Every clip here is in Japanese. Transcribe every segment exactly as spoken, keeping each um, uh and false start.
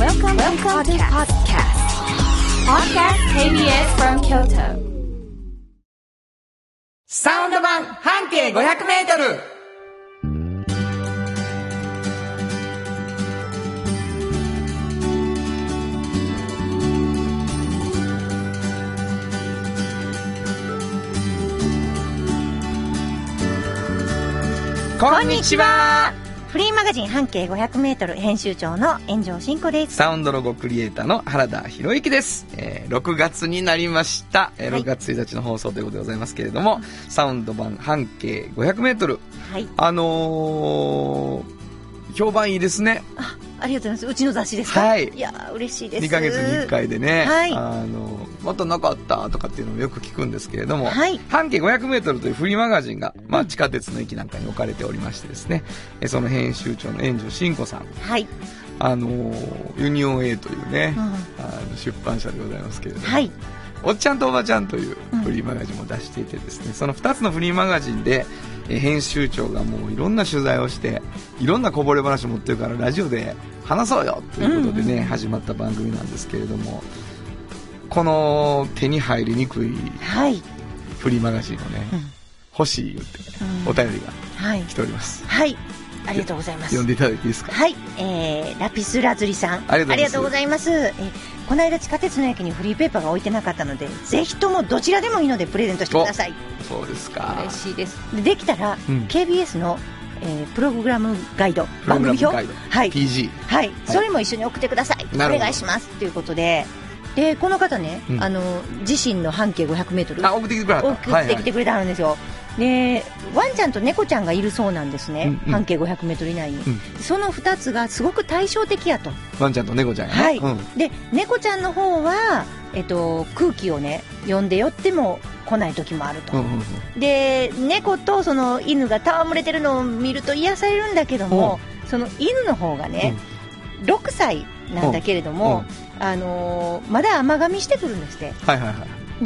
Welcome, Welcome to podcast. Podcast ケービーエス from Kyoto. サウンド版半径ごひゃくメートル。こんにちは。 フリーマガジン半径ごひゃくメートル編集長の炎上真子です。 サウンドロゴクリエイターの原田博之です。えー、ろくがつになりました、えーはい、ろくがつついたちの放送ということでございますけれども、サウンド版半径ごひゃくメートル、はい、あのー、評判いいですね。 あ、ありがとうございます。うちの雑誌ですか。 はい。 いや嬉しいです。 にかげつにいっかいでね、 はい、 あのまたなかったとかっていうのもよく聞くんですけれども、 はい、 半径ごひゃくメートルというフリーマガジンが、まあ、地下鉄の駅なんかに置かれておりましてですね、えその編集長の炎上真子さん、はい、あのユニオン A というね、うん、あの出版社でございますけれども、はい、おっちゃんとおばちゃんというフリーマガジンも出していてですね、うん、そのふたつのフリーマガジンでえ編集長がもういろんな取材をしていろんなこぼれ話持ってるからラジオで話そうよということでね、うん、始まった番組なんですけれども、この手に入りにくいフリーマガジンをね、はい、欲しい言って、うん、お便りが来ております。 はい、はい、ありがとうございます。 読んでいただいていいですか。 はい、えー、ラピスラズリさん、ありがとうございます。えー、この間地下鉄の駅にフリーペーパーが置いてなかったので、ぜひともどちらでもいいのでプレゼントしてください。 そうですか。 嬉しいです。 で, できたら、うん、ケービーエス の、えー、プログラムガイド、番組表、はい、 ピージー、 はい、それも一緒に送ってください、お願いしますということで、でこの方ね、うん、あの自身の半径ごひゃくメートルあ送ってきてくれた、 送ってきてくれたんですよ、はいはい、でワンちゃんと猫ちゃんがいるそうなんですね、うんうん、半径ごひゃくメートル以内に、うん、そのふたつがすごく対照的やと。 ワンちゃんと猫ちゃんやね、はい、うん、 で猫ちゃんの方は、えっと、空気をね読んで寄っても来ない時もあると、うんうんうん、で猫とその犬が戯れてるのを見ると癒されるんだけども、うん、その犬の方がね、うん、ろくさいなんだけれども、うん、あのー、まだ甘噛みしてくるんですって、 はいはいはい、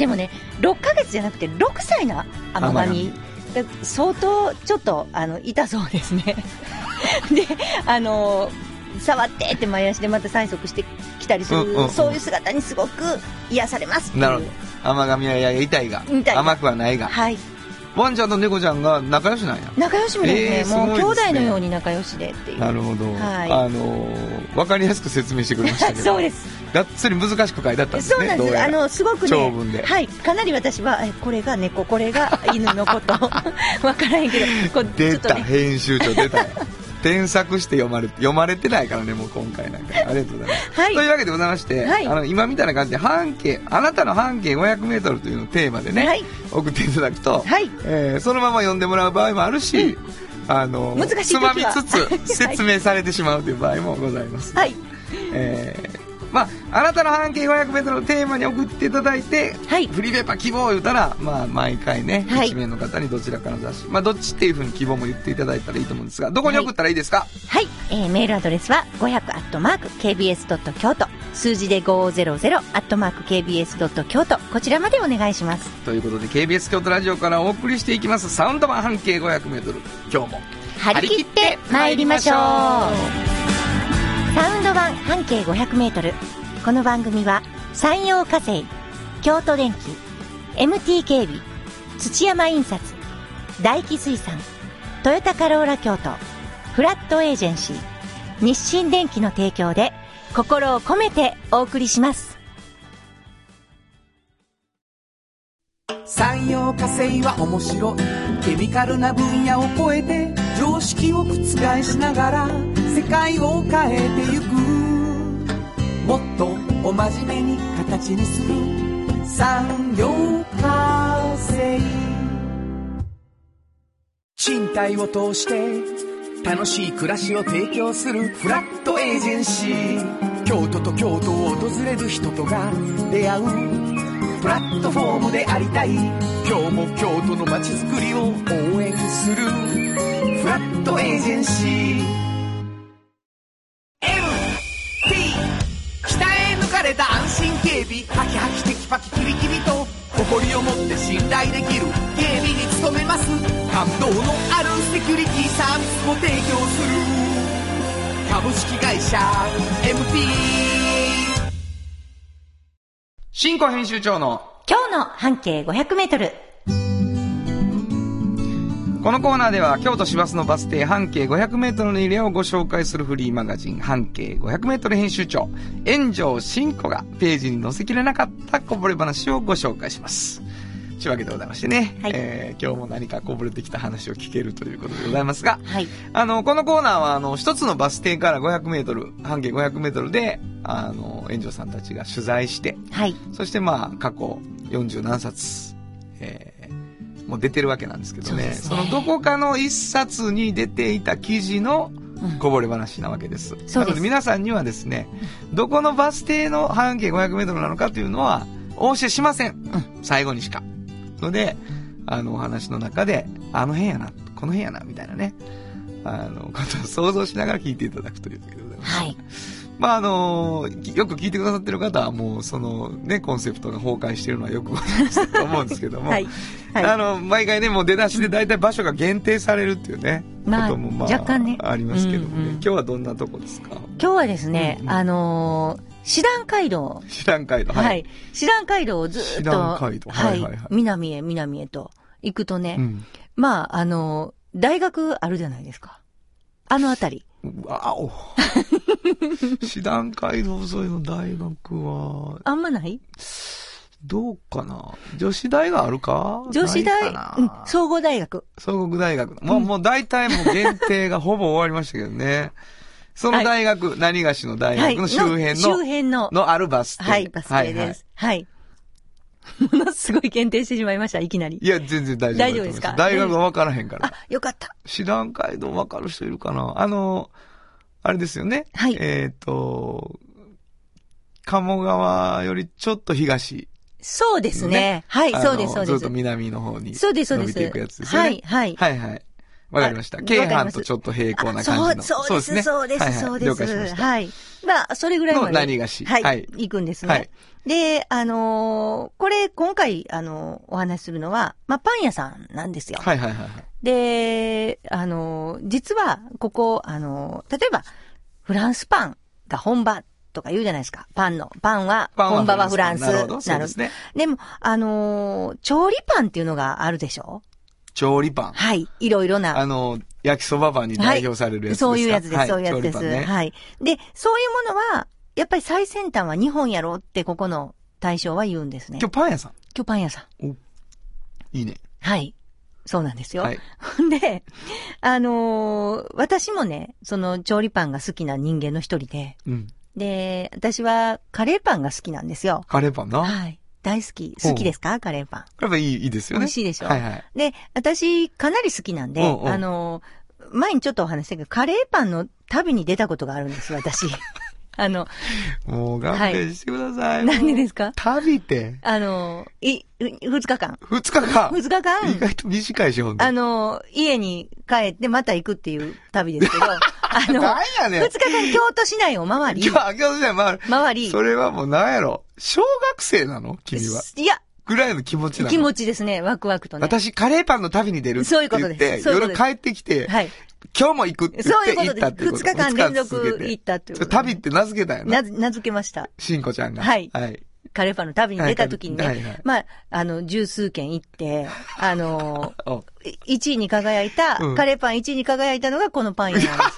でもねろっかげつじゃなくてろくさいの甘噛み相当ちょっとあの痛そうですねであのー触ってって前足でまた催促してきたりする、うんうんうん、そういう姿にすごく癒されますっていう。 なるほど。甘噛みはやや痛いが甘くはないが、はい、ワンちゃんと猫ちゃんが仲良しなんや。 仲良しみですね、えー、もう兄弟のように仲良しでっていう。 なるほど、はい、あのー、分かりやすく説明してくれましたけどそうです。 がっつり難しく書いてあったんですね。 そうなんです。あのすごくね長文で、 はい、かなり私はえこれが猫これが犬のこと分からへんけどこう出た、 ね、 編集長出た添削して読まれ読まれてないからね、もう今回なんかありがとうございます、はい、というわけでございまして、はい、あの今みたいな感じで半径あなたの半径ごひゃくメートルというのをテーマでね、はい、送っていただくと、はい、えー、そのまま読んでもらう場合もあるし、うん、あの難しい時はつまみつつ説明されてしまうという場合もございます、はい、えーまあ、あなたの半径ごひゃくメートルのテーマに送っていただいて、はい、フリーペーパー希望を言ったら、まあ、毎回ね、はい、いち名の方にどちらかの雑誌、まあ、どっちっていう風に希望も言っていただいたらいいと思うんですが、どこに送ったらいいですか。 はい、はい、えー、メールアドレスはごひゃくアットマークケービーエスドット京都、数字でごひゃくアットマークケービーエスドット京都、こちらまでお願いします。 ということで ケービーエス 京都ラジオからお送りしていきますサウンド版半径ごひゃくメートル、今日も張り切って参りましょう。サウンド版半径ごひゃくメートル、この番組は山陽火星、京都電機、 エムティー 警備、土山印刷、大気水産、トヨタカローラ京都、フラットエージェンシー、日清電機の提供で心を込めてお送りします。 山陽火星は面白いケミカルな分野を超えて常識を覆しながら世界を変えてゆく、もっとお真面目に形にする産業化成、賃貸を通して楽しい暮らしを提供するフラットエージェンシー、京都と京都を訪れる人とが出会うプラットフォームでありたい、今日も京都の街づくりを応援するフラットエージェンシー、安心警備、ハキハキテキパキキビキビと誇りを持って信頼できる警備に努めます。感動のあるセキュリティサービスも提供する株式会社 エムティー新庫編集長の今日の半径ごひゃくメートル。 このコーナーでは京都市バスのバス停半径ごひゃくメートルのエリアをご紹介するフリーマガジン半径ごひゃくメートル編集長炎上真子がページに載せきれなかったこぼれ話をご紹介します。というわけでございましてね、はい、えー、今日も何かこぼれてきた話を聞けるということでございますが、はい、あのこのコーナーはあの一つのバス停からごひゃくメートル半径ごひゃくメートルであの炎上さんたちが取材して、はい、そしてまあ過去よんじゅうなんさつ、えーもう出てるわけなんですけど ね, そ, ねそのどこかの一冊に出ていた記事のこぼれ話なわけです、うん、なので皆さんにはですね、どこのバス停の半径ごひゃくメートルなのかというのはお教えしません、うん、最後にしかので、あのお話の中であの辺やなこの辺やなみたいなね、あのことを想像しながら聞いていただくというわけでございます。はい、まああのよく聞いてくださってる方はもうそのねコンセプトが崩壊しているのはよくご存知だと思うんですけども、はいはい、あの毎回ねもう出だしで大体場所が限定されるっていうね、まあ、こともまあ若干ねありますけどもね、うんうん、今日はどんなとこですか？ 今日はですね、うんうん、あのー、師団街道師団街道はい、はい、 師団街道をずっと師団街道、はいはいはい、 南へ南へと行くとね、うん、まああのー、大学あるじゃないですか、あのあたり。 わお師団街道沿いの大学はあんまない？ どうかな、女子大があるか？ 女子大、うん、総合大学総合大学、まあ、うん、もう大体もう限定がほぼ終わりましたけどねその大学、はい、何がしの大学の周辺の、はい、の周辺ののあるバス停、 はいバス停です、はい、はいものすごい限定してしまいました、いきなり。 いや、全然大丈夫。 大丈夫ですか？ 大学は分からへんから。 あ、よかった。 師団街道分かる人いるかな？あの、あれですよね。はい。えっと、鴨川よりちょっと東。 そうですね。ね、はい、そうです、そうです。 ずっと南の方に。 そうです、そうです。 伸びていくやつですよね。はい、はい。はいはい。わかりました。京阪とちょっと平行な感じの。 そう、そうですね。そうです、そうです。了解しました。はい。まあ、それぐらいまで。 の何がし。 はい。はい、行くんですね。はい。で、あのー、これ、今回、あのー、お話しするのは、まあ、パン屋さんなんですよ。はいはいはい。で、あのー、実は、ここ、あのー、例えば、フランスパンが本場とか言うじゃないですか。パンの。パンは、本場はフランス。なるほど。そうですね。でも、あのー、調理パンっていうのがあるでしょ？ 調理パン。 はい。いろいろな。 あの、焼きそばパンに代表されるやつですか？はい、 そういうやつです、はい、そういうやつです。ね、はい。で、そういうものは、やっぱり最先端は日本やろってここの大将は言うんですね。 今日パン屋さん？ 今日パン屋さん。お、 いいね。 はい。そうなんですよ。はい。で、あのー、私もね、その調理パンが好きな人間の一人で、うん。で、私はカレーパンが好きなんですよ。 カレーパンな。 はい。大好き。好きですか？カレーパン。 カレーパンいい、いいですよね。 美味しいでしょ。 はいはい。 で、私かなり好きなんで、おうおう、あのー、前にちょっとお話したけど、カレーパンの旅に出たことがあるんです、私。あの、 もう勘弁してください。はい、 なんでですか？ 旅って。 あの、い、二日間。 二日間二日間意外と短いし、ほんと。 あの、家に帰ってまた行くっていう旅ですけど、あの、 何やねん。 二日間京都市内を回り。 京都市内回る。 回り。 それはもう何やろ。小学生なの？君は。 いや。 ぐらいの気持ちなの？ 気持ちですね。ワクワクとね。 私、カレーパンの旅に出るって言って。そういうことです。夜帰ってきて。はい。今日も行くって言って行ったっていうこと。 二日間連続行ったっていうこと。 旅って名付けたよな。名付けました。 しんこちゃんが。 はい。はい。カレーパンの旅に出た時にね、はいはい、まあ、あの、十数件行って、あの、一位に輝いた、うん、カレーパン一位に輝いたのがこのパン屋なんです。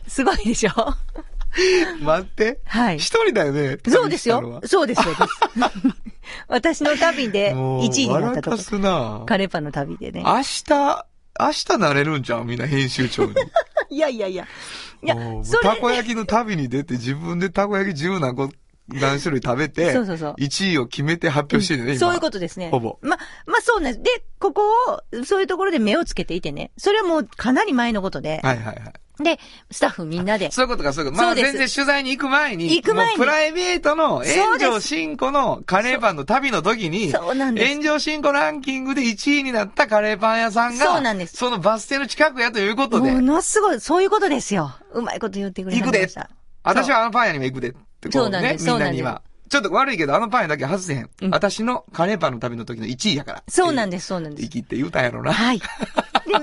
すごいでしょ？ 待って。 はい。 一人だよね。 そうですよ。そうです、そうです。私の旅で一位になったとこ。 笑かすな。 カレーパンの旅でね。 明日、明日なれるんじゃんみんな編集長に。 いやいやいや。いや、 それ。たこ焼きの旅に出て自分でたこ焼き十何個、何種類食べて、そうそうそう。いちいを決めて発表してるね、うん、 そういうことですね。 ほぼ。 ま、まあ、そうなんです。で、ここを、そういうところで目をつけていてね。それはもうかなり前のことで。 はいはいはい。 で、スタッフみんなで。 そういうことか、そういうこと。まあ全然取材に行く前に、 行く前に。 プライベートの炎上進行のカレーパンの旅の時に、 そうなんです。 炎上進行ランキングでいちいになったカレーパン屋さんが、そうなんです。そのバス停の近くやということで。 ものすごい、そういうことですよ。うまいこと言ってくれました。行くで。 私はあのパン屋にも行くで。ってことね。そうなんです。みんなには。ちょっと悪いけど、あのパン屋だけ外せへん。うん、私のカレーパンの旅の時のいちいやから。 そうなんです、そうなんです。 生きって言うたんやろな。 はい。で、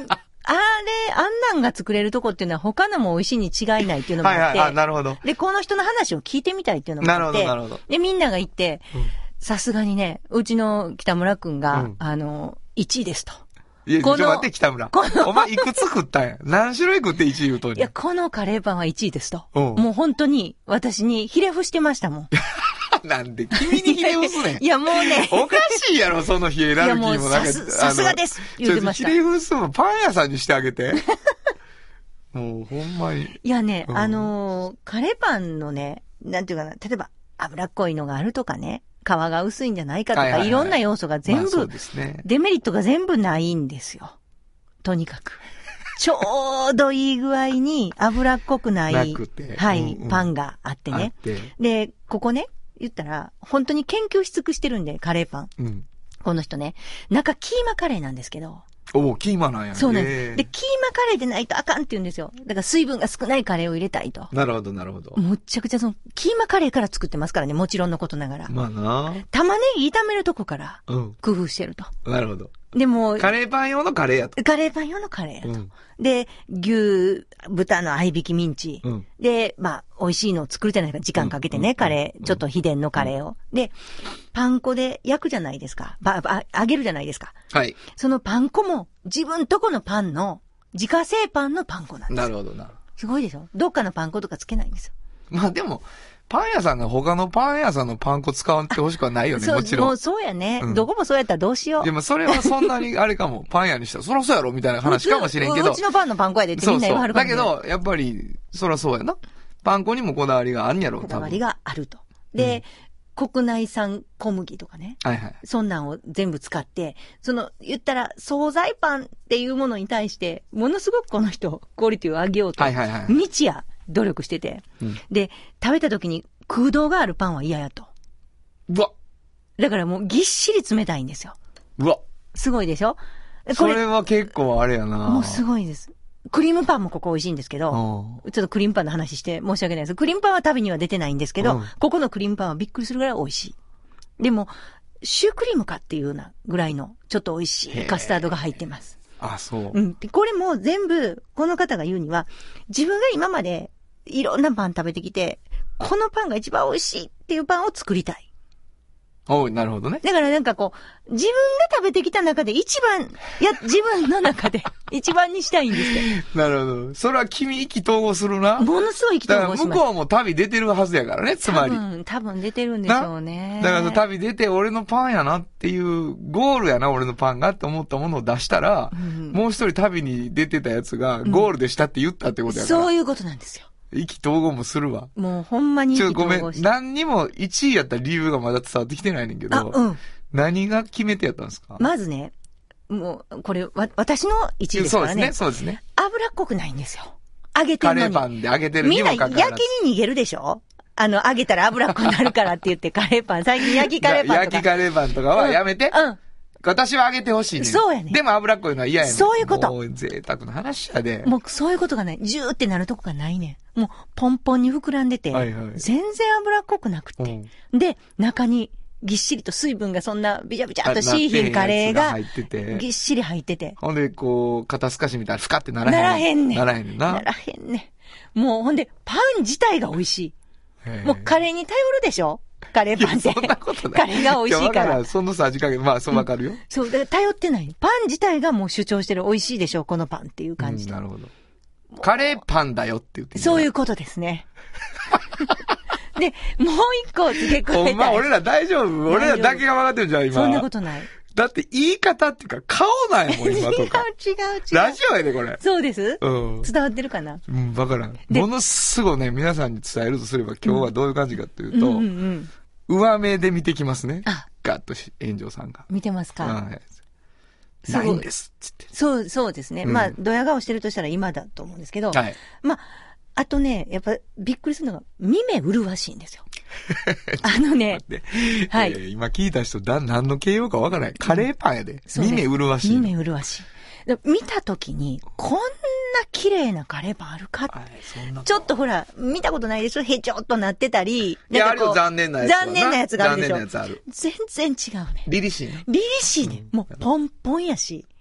あれ、あんなんが作れるとこっていうのは他のも美味しいに違いないっていうのもあって。 はいはい、あ、なるほど。 で、この人の話を聞いてみたいっていうのもあって。 なるほど、なるほど。 で、みんなが言って、さすがにね、うちの北村くんが、うん、あの、いちいですと。 いや、ちょっと待って、北村。お前いくつ食ったんや。何種類食っていちい言うとんねん。 いや、このカレーパンはいちいですと。うん、もう本当に、私にひれ伏してましたもん。 なんで君にひれ伏すねん。 いや、もうね。 おかしいやろ、そのヒエラルキーもなんか。 さすがです。言ってました。 ひれ伏すのパン屋さんにしてあげて。もうほんまに。 いやね、うん、あのー、カレーパンのね、なんていうかな、例えば脂っこいのがあるとかね、皮が薄いんじゃないかとか、はいはいはい、いろんな要素が全部、まあそうですね、デメリットが全部ないんですよ。とにかく。ちょうどいい具合に脂っこくない、 なくてはい、うんうん、パンがあってね。ってで、ここね、言ったら、本当に研究し尽くしてるんで、カレーパン。うん、この人ね、中キーマカレーなんですけど。 おお、キーマなんやね。 そうね。で、キーマカレーでないとあかんって言うんですよ。だから水分が少ないカレーを入れたいと。 なるほど、なるほど。 むっちゃくちゃその、キーマカレーから作ってますからね、もちろんのことながら。 まあな。 玉ねぎ炒めるとこから、工夫してると。 うん、なるほど。 でも、 カレーパン用のカレーやと。 カレーパン用のカレーやと。うん、で、牛、豚の合いびきミンチ。うん、で、まあ、美味しいのを作るじゃないですか。時間かけてね、うん、カレー、うん、ちょっと秘伝のカレーを。うん、で、パン粉で焼くじゃないですか。ば、ば、揚げるじゃないですか。 はい。 そのパン粉も、自分とこのパンの、自家製パンのパン粉なんですよ。 なるほどな。 すごいでしょ？どっかのパン粉とかつけないんですよ。 まあでも、パン屋さんが他のパン屋さんのパン粉使ってほしくはないよね、もちろん。 もうそうやね、うん。どこもそうやったらどうしよう。 でもそれはそんなにあれかも、パン屋にしたら、そらそうやろみたいな話かもしれんけど。 うちのパンのパン粉やでってみんな言わはるかも、ね。 そうそう。だけど、やっぱり、そらそうやな。パン粉にもこだわりがあんやろ、 こだわりがあると。で、うん、国内産小麦とかね。はいはい。そんなんを全部使って、その、言ったら、惣菜パンっていうものに対して、ものすごくこの人、クオリティを上げようと。はいはいはい。日夜努力してて。うん、で、食べた時に、空洞があるパンは嫌やと。 うわ。 だからもうぎっしり冷たいんですよ。 うわ。 すごいでしょ？これそれは結構あれやな。 もうすごいです。クリームパンもここ美味しいんですけど、ちょっとクリームパンの話して申し訳ないです。クリームパンは旅には出てないんですけど、うん、ここのクリームパンはびっくりするぐらい美味しい。でも、シュークリームかっていうようなぐらいのちょっと美味しいカスタードが入ってます。 あ、そう。 うん。これも全部、この方が言うには、自分が今までいろんなパン食べてきて、このパンが一番美味しいっていうパンを作りたい。 おう、なるほどね。 だからなんかこう、自分が食べてきた中で一番、いや、自分の中で一番にしたいんですよ。 なるほど。それは君意気投合するな。 ものすごい意気投合します。 だから向こうも旅出てるはずやからね、つまり。 多分、多分出てるんでしょうね。 だから旅出て俺のパンやなっていう、ゴールやな、俺のパンがって思ったものを出したら、うん、もう一人旅に出てたやつがゴールでしたって言ったってことやから。 うん、そういうことなんですよ。 意気投合もするわ。 もうほんまに意気投合して。 ちょっとごめん。何にもいちいやった理由がまだ伝わってきてないねんけど。あ、うん。何が決めてやったんですか？ まずね、もう、これ、わ、私のいちいですからね。 そうですね、そうですね。 脂っこくないんですよ。揚げてるのに。 カレーパンで揚げてるにもかかわらず。 みんな焼きに逃げるでしょ？あの、揚げたら脂っこくなるからって言ってカレーパン、最近焼きカレーパンとか。 焼きカレーパンとかはやめて。うん。うん、私は揚げてほしいね。 そうやね。 でも脂っこいのは嫌やねん。 そういうこと。 もう贅沢な話やで。 もうそういうことがない。ジューってなるとこがないねん。もうポンポンに膨らんでて。はいはい。全然脂っこくなくて。うん、で、中にぎっしりと水分がそんなビチャビチャっとシーヒンカレーが入ってて。ぎっしり入ってて。 ほんで、こう、肩透かしみたいなふかってならへん。 ならへんねん。 ならへんねんな。 ならへんねん。もうほんで、パン自体が美味しい。もうカレーに頼るでしょ？カレーパンって。 そんなことない。 カレーが美味しいから。いや、 からそのさじ加減、まあ、そうわかるよ、うん。 そう、だから頼ってない。パン自体がもう主張してる美味しいでしょ、このパンっていう感じで。 うん、なるほど。カレーパンだよって言ってそういうことですね。で、もう一個付け加えたい。 ほんま、俺ら大丈夫俺らだけが分かってるじゃん、今。 そんなことない。 だって言い方っていうか、顔なんやもん、今とか。 違う、違う、違う。 ラジオやで、これ。 そうです。うん。伝わってるかなうん、わからん。ものすごいね、皆さんに伝えるとすれば、今日はどういう感じかっていうと、うんうんうん上目で見てきますね。あガッと炎上さんが。 見てますかはい。 ないんです。つって。 そう、そうですね。うん、まあ、ドヤ顔してるとしたら今だと思うんですけど。はい。まあ、あとね、やっぱびっくりするのが、見目麗しいんですよ。あのね。 はい、えー。今聞いた人、だ、何の形容かわからない。カレーパンやで。うん、見目麗しい。 見目麗しい。見たときに、こんな綺麗なカレーパンあるかって。ちょっとほら、見たことないでしょへちょっとなってたり。 いや、あるよ、残念なやつ。 残念なやつがあるでしょ。 残念なやつある。 全然違うね。 凛々しいね。 凛々しいね。うん、もう、ポンポンやし。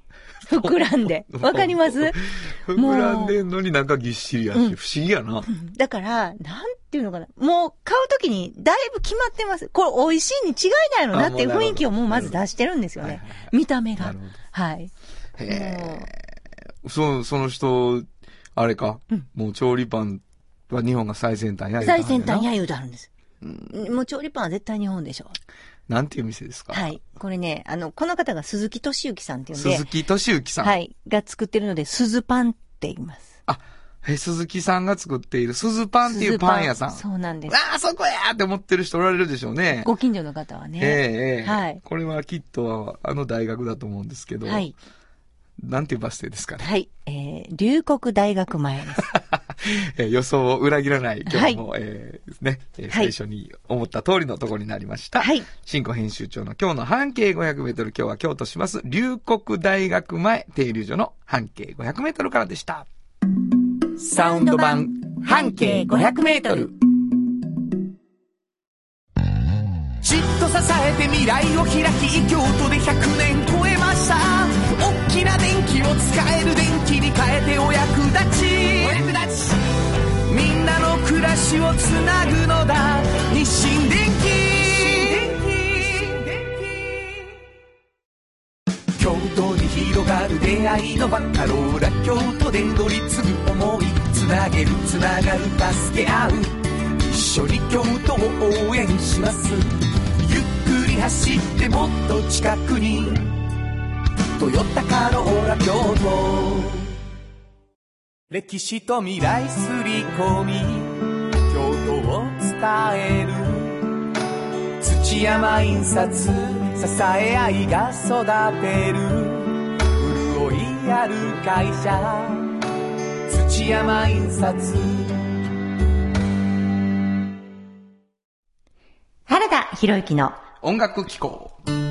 膨らんで。わかります？ 膨らんでんのになんかぎっしりやし、うん、不思議やな。 だから、なんていうのかな。もう買うときにだいぶ決まってます。これ美味しいに違いないのなっていう雰囲気をもうまず出してるんですよね。見た目が。はい。 へー。そ、その人、あれか、うん、もう調理パンは日本が最先端や最先端や言うてあるんです。うん、もう調理パンは絶対日本でしょ。 なんていう店ですか？ はい。これね、あの、この方が鈴木敏之さんっていうんで。 鈴木敏之さん。 はい。が作ってるので、鈴パンって言います。 あ、え、鈴木さんが作っている鈴パンっていうパン屋さん。 そうなんです。 ああ、そこやーって思ってる人おられるでしょうね。 ご近所の方はね。 ええええ。 はい。 これはきっとあの大学だと思うんですけど。はい。なんていうバス停ですかね。 はい。えー、龍谷大学前です。 えー、予想を裏切らない今日も、はい、えー、ね、えー、最初に思った通りのところになりました。はい。新庫編集長の今日の半径ごひゃくメートル、今日は京都市バス龍谷大学前停留所の半径ごひゃくメートルからでした。 サウンド版半径ごひゃくメートル。じっと支えて未来を開き、京都でひゃくねん超えました。大きな電気を使える電気に変えてお役立ち、お役立ち、みんなの暮らしをつなぐのだ、日清電気。京都に広がる出会いのバカローラ京都で乗り継ぐ思い、つなげるつながる助け合う、一緒に京都を応援します。ゆっくり走ってもっと近くに、トヨタカローラ京都。歴史と未来すり込み、京都を伝える土山印刷、支え合いが育てる潤いある会社、土山印刷。 原田博之の音楽機構。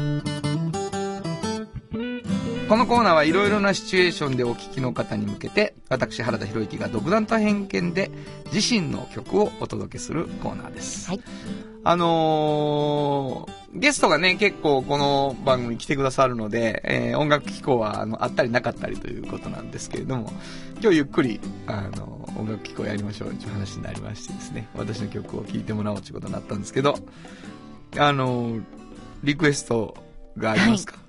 このコーナーはいろいろなシチュエーションでお聴きの方に向けて、私原田博之が独断と偏見で自身の曲をお届けするコーナーです。はい。あのー、ゲストがね結構この番組に来てくださるので、えー、音楽機構はあのあったりなかったりということなんですけれども、今日ゆっくりあの音楽機構やりましょうという話になりましてですね、私の曲を聴いてもらおうということになったんですけど、あのー、リクエストがありますか？はい、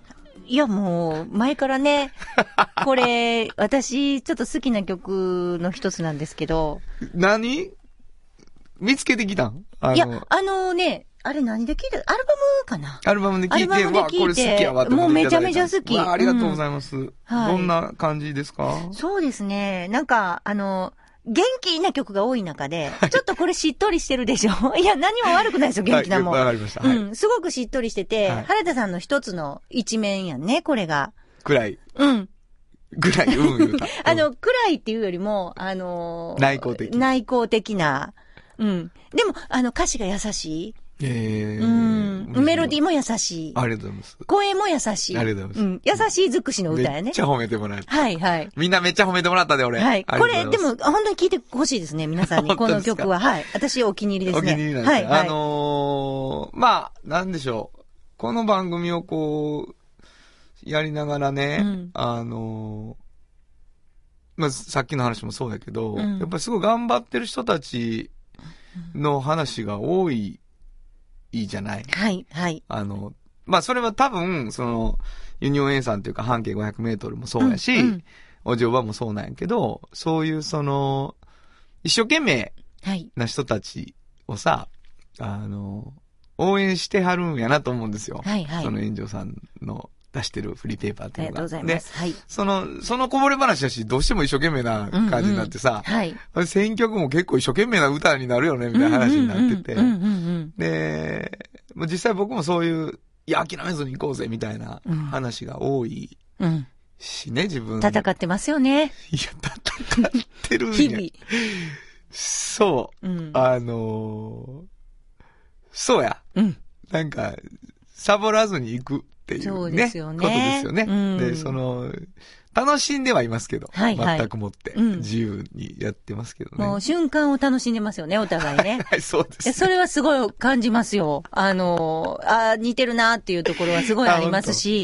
いやもう前からねこれ私ちょっと好きな曲の一つなんですけど。 何見つけてきたん？ あのいやあのね、あれ何で聞いて、アルバムかな、 アルバムで聞いて、わこれ好きやわってもうめちゃめちゃ好き。 ありがとうございます、うんはい、どんな感じですか？ そうですね、なんかあの元気な曲が多い中で、ちょっとこれしっとりしてるでしょいや、何も悪くないですよ、元気なもん。 わかりました。はい、 うん、すごくしっとりしてて、はい、原田さんの一つの一面やんね、これが。 暗い。 うん。 ぐらい、うん、言うた。 あの、暗いっていうよりも、あのー、 内向的。 内向的な。うん。でも、あの、歌詞が優しい。 えー、 うん。メロディーも優しい。 ありがとうございます。 声も優しい。 ありがとうございます。 うん。優しい尽くしの歌やね。 めっちゃ褒めてもらえた。 はいはい。 みんなめっちゃ褒めてもらったで、俺。 はい。これ、でも、本当に聴いてほしいですね、皆さんに。この曲は。はい。私お気に入りですね。 お気に入りなんですね。はい、はい。あのー、まあ、なんでしょう。この番組をこう、やりながらね、うん、あのー、まあ、さっきの話もそうだけど、うん、やっぱりすごい頑張ってる人たちの話が多い、いいじゃない。 はい、はい。 あの、まあ、それは多分、その、ユニオン A さんというか半径ごひゃくメートルもそうやし、うんうん、お嬢場もそうなんやけど、そういうその、一生懸命な人たちをさ、はい、あの、応援してはるんやなと思うんですよ。はいはい。その炎上さんの出してるフリーペーパーっていうのが。 ありがとうございます。はい。 その、そのこぼれ話だし、どうしても一生懸命な感じになってさ、うんうん、はい。選曲も結構一生懸命な歌になるよね、みたいな話になってて。で、実際僕もそういう、いや、諦めずに行こうぜ、みたいな話が多いしね、自分。 戦ってますよね。 いや、戦ってるんや。日々。そう。うん、あのー、そうや。うん。なんか、サボらずに行くっていうね。そうですよね。ことですよね。うん、で、その、楽しんではいますけど。はいはい。全くもって。自由にやってますけどね。 もう瞬間を楽しんでますよね、お互いね。 はい、そうです、ね。 それはすごい感じますよ。あの、あ似てるなっていうところはすごいありますし、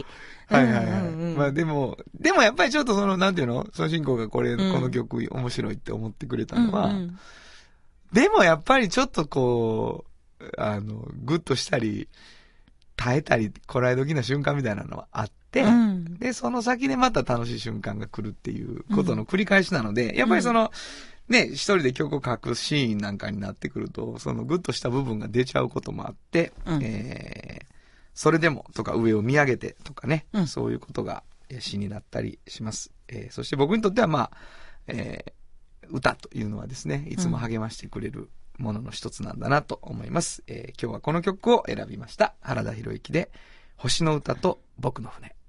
はいはいはい。うんうん、まあでも、でもやっぱりちょっとその、なんていうのその進行がこれ、うん、この曲面白いって思ってくれたのは、うんうん、でもやっぱりちょっとこう、あの、グッとしたり、耐えたり、こらえ時な瞬間みたいなのはあって、うん、で、その先でまた楽しい瞬間が来るっていうことの繰り返しなので、うん、やっぱりその、ね、一人で曲を書くシーンなんかになってくると、そのグッとした部分が出ちゃうこともあって、うん、えー、それでもとか上を見上げてとかね、うん、そういうことが詩になったりします。えー、そして僕にとってはまあ、えー、歌というのはですね、いつも励ましてくれるものの一つなんだなと思います。えー、今日はこの曲を選びました。原田博之で、星の歌と僕の船。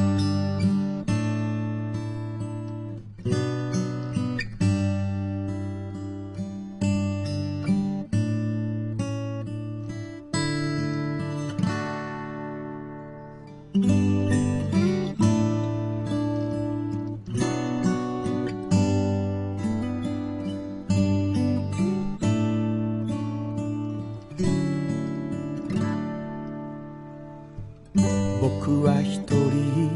僕は一人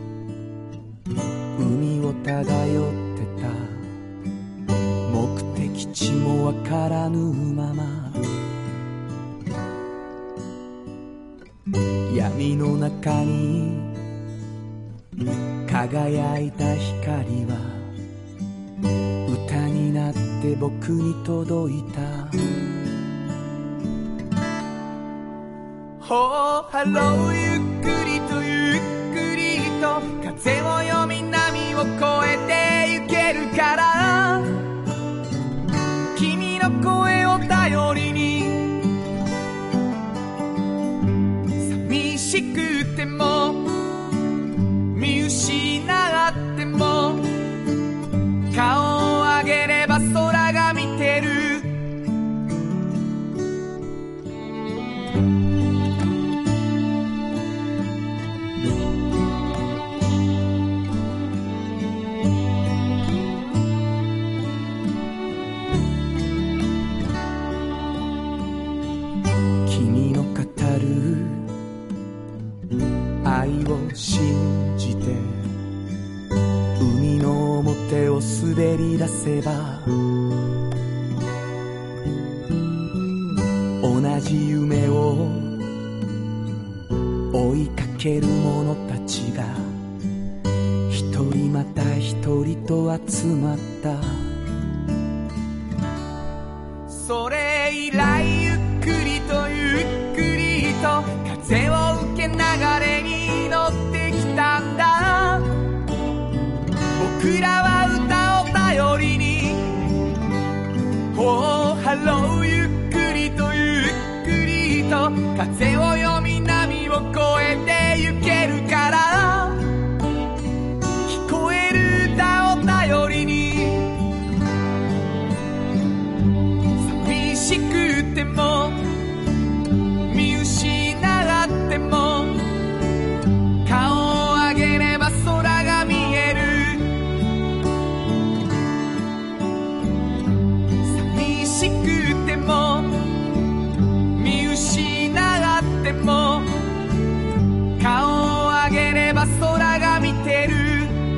海を漂ってた。目的地もわからぬまま闇の中に輝いた光は歌になって僕に届いた。Oh, hello ゆっくりとゆっくりと風を読み波を越えてゆけるから、君の声を頼りに寂しくても見失っても顔を上げれば空が見てる。愛を信じて海の表を滑り出せば同じ夢を追いかける者たちが一人また一人と集まった。それ以来ゆっくりとゆっくりと風を受け流れに乗ってきたんだ。僕らは歌を頼りに Oh, hello ゆっくりとゆっくりと風を読み波を越えてゆけるから、聞こえる歌を頼りに寂しくても見失っても顔を上げれば空が見える。寂しくても見失っても顔を上げれば空が見てる。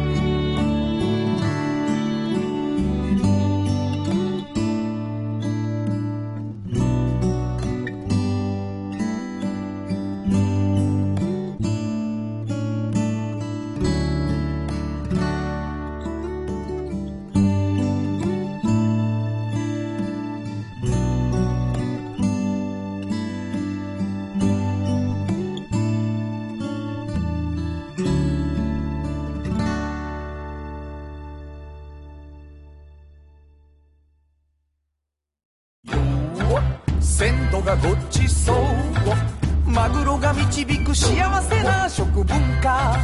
鮮度がごちそうマグロが導く幸せな食文化、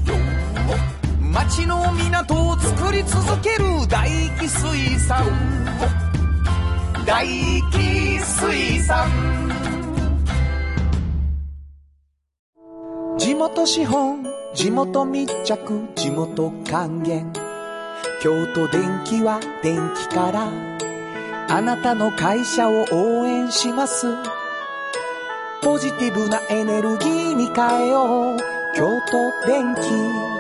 町の港を作り続ける大気水産、大気水産。地元資本、地元密着、地元還元。京都電気は電気からあなたの会社を応援します。ポジティブなエネルギーに変えよう。 京都電気。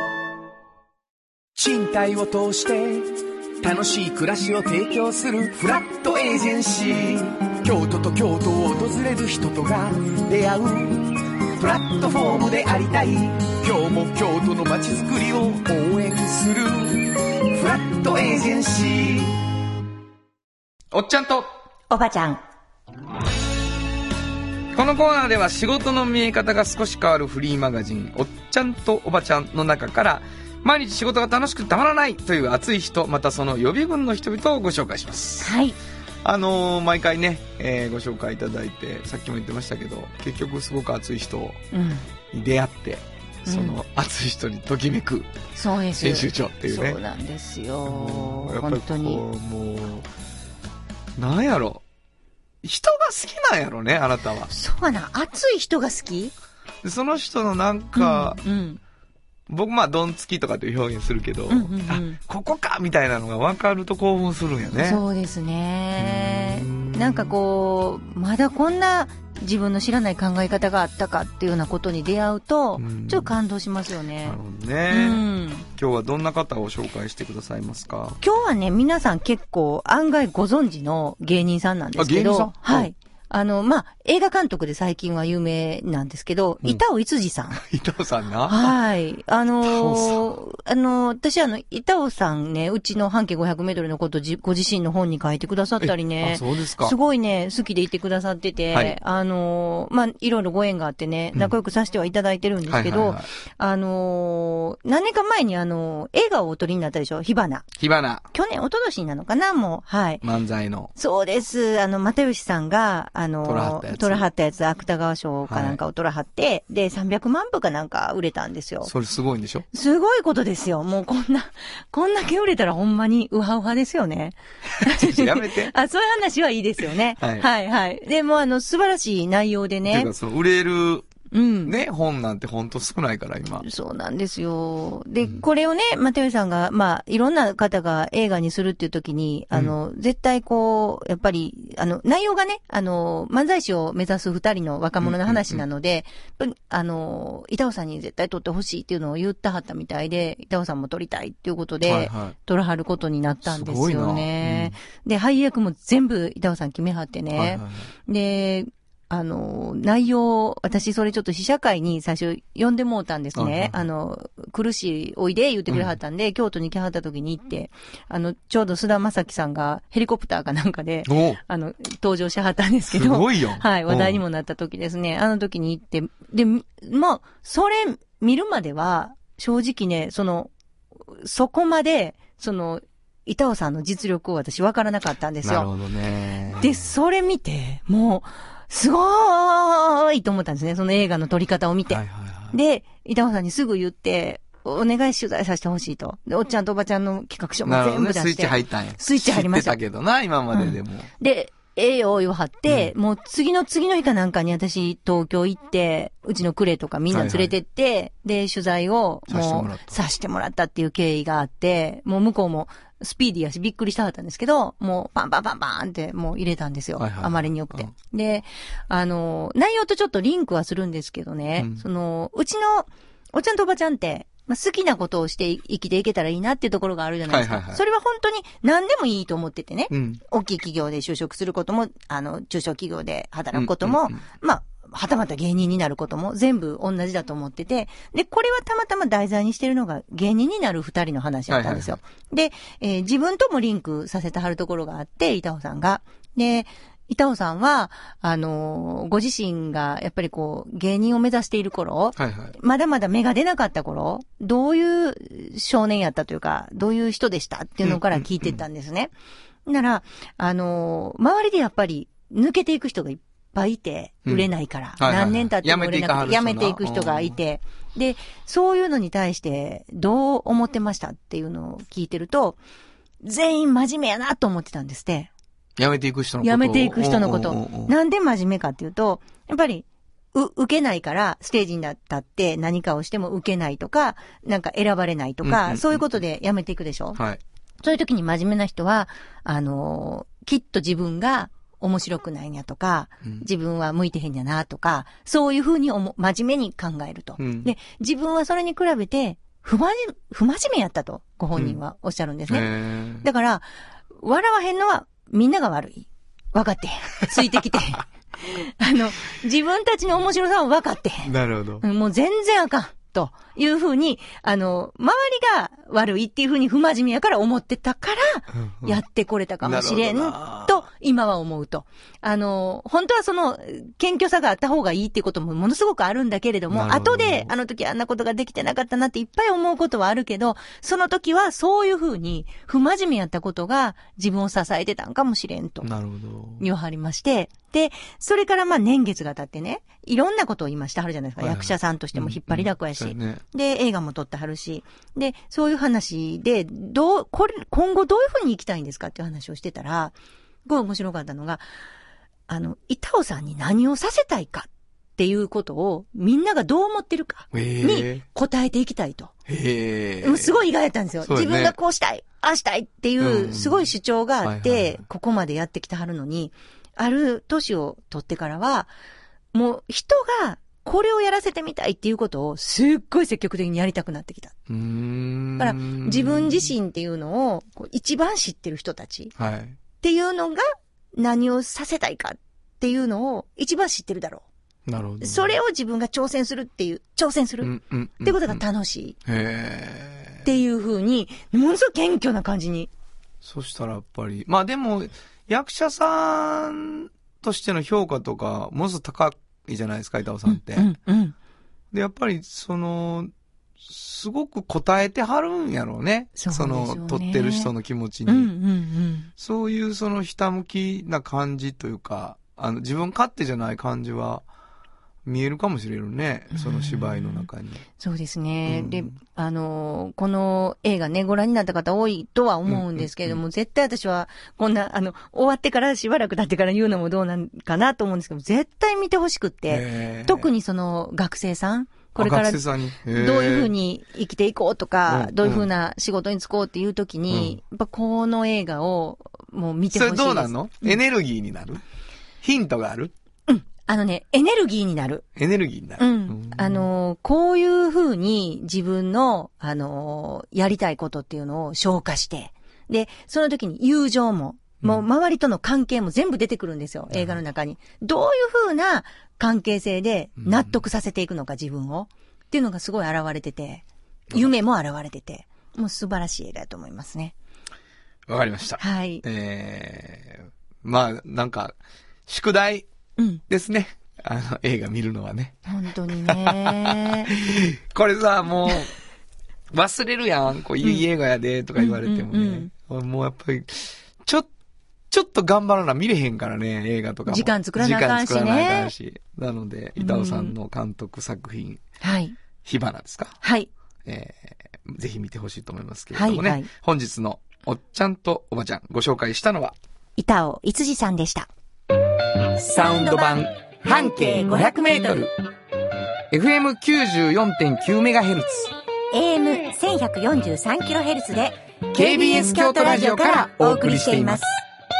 賃貸を通して楽しい暮らしを提供するフラットエージェンシー。京都と京都を訪れる人とが出会うプラットフォームでありたい。今日も京都の街づくりを応援するフラットエージェンシー。 おっちゃんとおばちゃん。 このコーナーでは仕事の見え方が少し変わるフリーマガジンおっちゃんとおばちゃんの中から毎日仕事が楽しくてたまらないという熱い人、またその予備軍の人々をご紹介します。 はい。 あのー、毎回ね、えー、ご紹介いただいて、さっきも言ってましたけど、結局すごく熱い人に出会って、うん、その熱い人にときめく、 そうです。 編集長っていうね。 そうなんですよ。 やっぱりこう、もう、なんやろ。人が好きなんやろね、あなたは。 そうかな、熱い人が好き？ でその人のなんか、 うんうん、僕まあドンつきとかっていう表現するけど、 うんうんうん、 あ、ここかみたいなのが分かると興奮するんやね。 そうですね。なんかこうまだこんな自分の知らない考え方があったかっていうようなことに出会うと、ちょっと感動しますよね。 なるほどね、うん。今日はどんな方を紹介してくださいますか？ 今日はね、皆さん結構案外ご存知の芸人さんなんですけど、 あ、芸人さん？ はい。あの、まあ、映画監督で最近は有名なんですけど、うん、板尾逸司さん。 板尾さんな。 はい。あのー、あのー、私あの、板尾さんね、うちの半径ごひゃくメートルのことじご自身の本に書いてくださったりね。 あ、そうですか。 すごいね、好きでいてくださってて、はい、あのー、まあ、いろいろご縁があってね、仲良くさせてはいただいてるんですけど、うんはいはいはい、あのー、何年か前にあのー、映画をお撮りになったでしょ？火花。 火花。 去年、一昨年なのかなもう、はい。 漫才の。 そうです。あの、又吉さんが、あの、 トラハったやつ。 トラハったやつ、芥川賞かなんかをトラハって、はい、で、さんびゃくまんぶかなんか売れたんですよ。 それすごいんでしょ？ すごいことですよ。もうこんな、こんだけ売れたらほんまにウハウハですよね。 やめて。 あ、そういう話はいいですよね。はい、はいはい。でもあの、素晴らしい内容でね。 ていうか、その売れる、 うん。 ね、本なんてほんと少ないから今。 そうなんですよ。で、うん、これをね、又吉さんが、まあ、いろんな方が映画にするっていう時に、あの、うん、絶対こう、やっぱり、あの、内容がね、あの、漫才師を目指す二人の若者の話なので、うんうんうん、あの、板尾さんに絶対撮ってほしいっていうのを言ったはったみたいで、板尾さんも撮りたいっていうことで、はいはい、撮らはることになったんですよね。うん、で、俳優役も全部板尾さん決めはってね。はいはいはい、で、あの、内容、私それちょっと試写会に最初読んでもうたんですね。はいはい、あの、苦しいおいで言ってくれはったんで、うん、京都に来はった時に行って、あの、ちょうど須田正樹さんがヘリコプターかなんかで、あの、登場しはったんですけど、 すごいよ。 はい、話題にもなった時ですね。あの時に行って、で、まあ、それ見るまでは、正直ね、その、そこまで、その、板尾さんの実力を私分からなかったんですよ。 なるほどね。 で、それ見て、もう、すごーいと思ったんですね。その映画の撮り方を見て。はいはいはい、で、板尾さんにすぐ言って、お願い取材させてほしいと。で、おっちゃんとおばちゃんの企画書も全部出して。 ね、スイッチ入ったんや。 スイッチ入りました。 知ってたけどな、今まででも。うん、 で、ええよ、言わはって、うん、もう次の次の日かなんかに私東京行って、うちのクレとかみんな連れてって、はいはい、で、取材をもうさせてもらったっていう経緯があって、もう向こうも、スピーディーやしびっくりしたかったんですけど、もうパンパンパンパンってもう入れたんですよ。はいはい、あまりによくて、うん。で、あの、内容とちょっとリンクはするんですけどね、うん、その、うちのおっちゃんとおばちゃんって、まあ、好きなことをして生きていけたらいいなっていうところがあるじゃないですか。はいはいはい、それは本当に何でもいいと思っててね、うん、大きい企業で就職することも、あの、中小企業で働くことも、うんうんうん、まあ、はたまた芸人になることも全部同じだと思ってて、で、これはたまたま題材にしてるのが芸人になる二人の話だったんですよ。はいはいはい、で、えー、自分ともリンクさせてはるところがあって、板尾さんが。で、板尾さんは、あのー、ご自身がやっぱりこう、芸人を目指している頃、はいはい、まだまだ芽が出なかった頃、どういう少年やったというか、どういう人でしたっていうのから聞いてったんですね。うんうんうん、なら、あのー、周りでやっぱり抜けていく人がいっぱいいっぱいいて、売れないから、うんはいはいはい、何年経っても売れなくて、やめていく人がいて、で、そういうのに対して、どう思ってましたっていうのを聞いてると、全員真面目やなと思ってたんですって。 やめていく人のこと。 やめていく人のこと。なんで真面目かっていうと、やっぱり、う、受けないから、ステージに立って何かをしても受けないとか、なんか選ばれないとか、うんうんうん、そういうことでやめていくでしょ。はい。そういう時に真面目な人は、あのー、きっと自分が、 面白くないんやとか、うん、自分は向いてへんやなとか、そういうふうにおも真面目に考えると、うん、で、自分はそれに比べて不真面目、不真面目やったとご本人はおっしゃるんですね。うん、だから、笑わへんのはみんなが悪い。分かってへん。ついてきてへん。あの、自分たちの面白さは分かってへん。 なるほど。 もう全然あかん。というふうに、あの、周りが悪いっていうふうに不真面目やから思ってたから、やってこれたかもしれん、と、今は思うと。あの、本当はその、謙虚さがあった方がいいっていうこともものすごくあるんだけれども、後で、あの時あんなことができてなかったなっていっぱい思うことはあるけど、その時はそういうふうに、不真面目やったことが自分を支えてたんかもしれんと。 なるほど。 言わはりまして、で、それからまあ年月が経ってね、いろんなことを今してはるじゃないですか。はいはい、役者さんとしても引っ張りだこやし、うんうんね、で、映画も撮ってはるし、で、そういう話で、どう、これ、今後どういうふうに生きたいんですかっていう話をしてたら、すごい面白かったのが、あの、板尾さんに何をさせたいかっていうことを、みんながどう思ってるかに答えていきたいと。 へー。 すごい意外だったんですよ。ね、自分がこうしたい、ああしたいっていう、すごい主張があって、うんはいはい、ここまでやってきてはるのに、ある年を取ってからは、もう人がこれをやらせてみたいっていうことをすっごい積極的にやりたくなってきた。 うーん。 だから自分自身っていうのをこう一番知ってる人たちっていうのが何をさせたいかっていうのを一番知ってるだろう。 なるほど。 それを自分が挑戦するっていう、挑戦するってことが楽しい。 へー。 っていうふうに、ものすごく謙虚な感じに。 そしたらやっぱり、まあでも、役者さんとしての評価とか、ものすごく高いじゃないですか、板尾さんって。 うんうんうん、 で、やっぱり、その、すごく応えてはるんやろうね。 そうその、撮ってる人の気持ちに。 うんうんうん、 そういうその、ひたむきな感じというか、あの、自分勝手じゃない感じは、見えるかもしれるね。その芝居の中に。 そうですね。うん、で、あの、この映画ね、ご覧になった方多いとは思うんですけれども、うんうんうん、絶対私は、こんな、あの、終わってからしばらく経ってから言うのもどうなんかなと思うんですけど、絶対見てほしくって、特にその学生さん、これからどういうふうに生きていこうとか、どういうふうな仕事に就こうっていう時に、やっぱこの映画をもう見てほしいです。 それどうなの？エネルギーになる？ヒントがある？ あのね、エネルギーになる。 エネルギーになる。 うん。あの、こういう風に自分の、あの、やりたいことっていうのを消化して、で、その時に友情も、もう周りとの関係も全部出てくるんですよ、うん、映画の中に。どういう風な関係性で納得させていくのか、自分を。っていうのがすごい現れてて、夢も現れてて、もう素晴らしい映画だと思いますね。 わかりました。 はい。 えー、まあ、なんか、宿題、うん。ですね。あの、映画見るのはね。 本当にね。 これさ、もう、忘れるやん。こう、いい映画やで、とか言われてもね。うんうんうん、もうやっぱり、ちょ、ちょっと頑張らな、見れへんからね、映画とかも。 時間作らなあかんしね。時間作らなあかんし。なので、板尾さんの監督作品。うん、 はい。 火花ですか？ はい。 えー、ぜひ見てほしいと思いますけれどもね。 はいはい、 本日のおっちゃんとおばちゃん、ご紹介したのは、 板尾いつじさんでした。 サウンド版半径 ごひゃくメートルエフエムきゅうじゅうよんてんきゅうメガヘルツエーエムせんひゃくよんじゅうさんキロヘルツ でケービーエス 京都ラジオからお送りしています。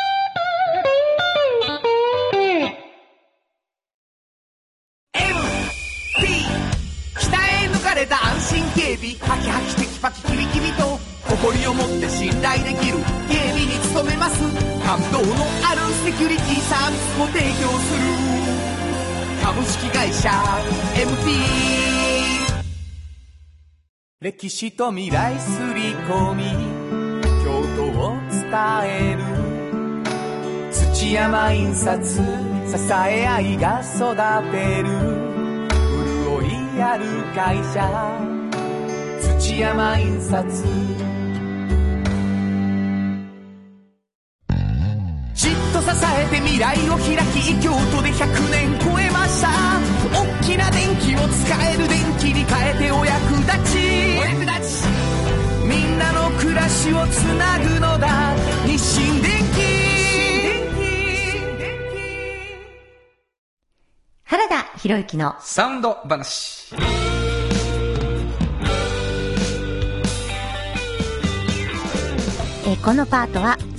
エムピー 北へ抜かれた安心警備、ハキハキテキパキキビキビと誇りを持って信頼できる警備に努めます。感動のあるセキュリティサービスを提供する株式会社 エムピー。 歴史と未来すり込み京都を伝える土山印刷、支え合いが育てる潤いある会社土山印刷。じっと支えて未来を開き京都でひゃくねん超えました。大きな電気を使える電気に変えてお役立ち、お役立ちみんなの暮らしをつなぐのだ日清電気。 原田博之のサウンド話。 えこのパートは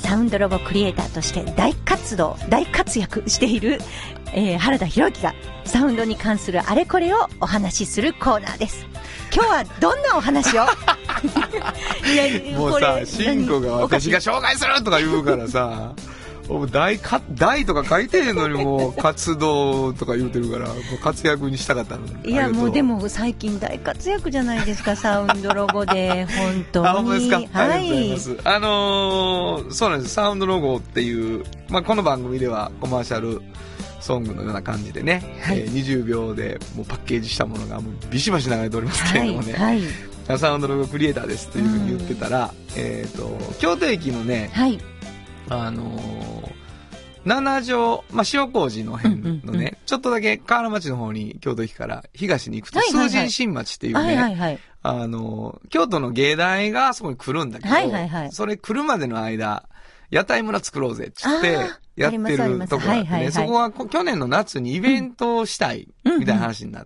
サウンドロゴクリエイターとして大活動、大活躍している、えー、原田博之がサウンドに関するあれこれをお話しするコーナーです。今日はどんなお話をいやもうさ、シンコが私が紹介するとか言うからさ大か大とか書いてへんのにもう活動とか言うてるからもう活躍にしたかったの。 いやもうでも最近大活躍じゃないですかサウンドロゴで本当に。 あ、ほんまですか、 はい、 ありがとうございます。あのー、そうなんです。サウンドロゴっていう、まあ、この番組ではコマーシャルソングのような感じでね、はい、えー、にじゅうびょうでもうパッケージしたものがもうビシバシ流れておりますけれどもね、はいはい、サウンドロゴクリエイターですというふうに言ってたら、えっと京都駅のね、はい、あのー、七条、まあ、塩麹の辺のね、うんうんうん、ちょっとだけ河原町の方に京都駅から東に行くと、崇神新町っていうね、はいはいはい、あのー、京都の芸大がそこに来るんだけど、はいはいはい、それ来るまでの間、屋台村作ろうぜって言って、やってるとこがあってね、そこは去年の夏にイベントをしたい、みたいな話になって、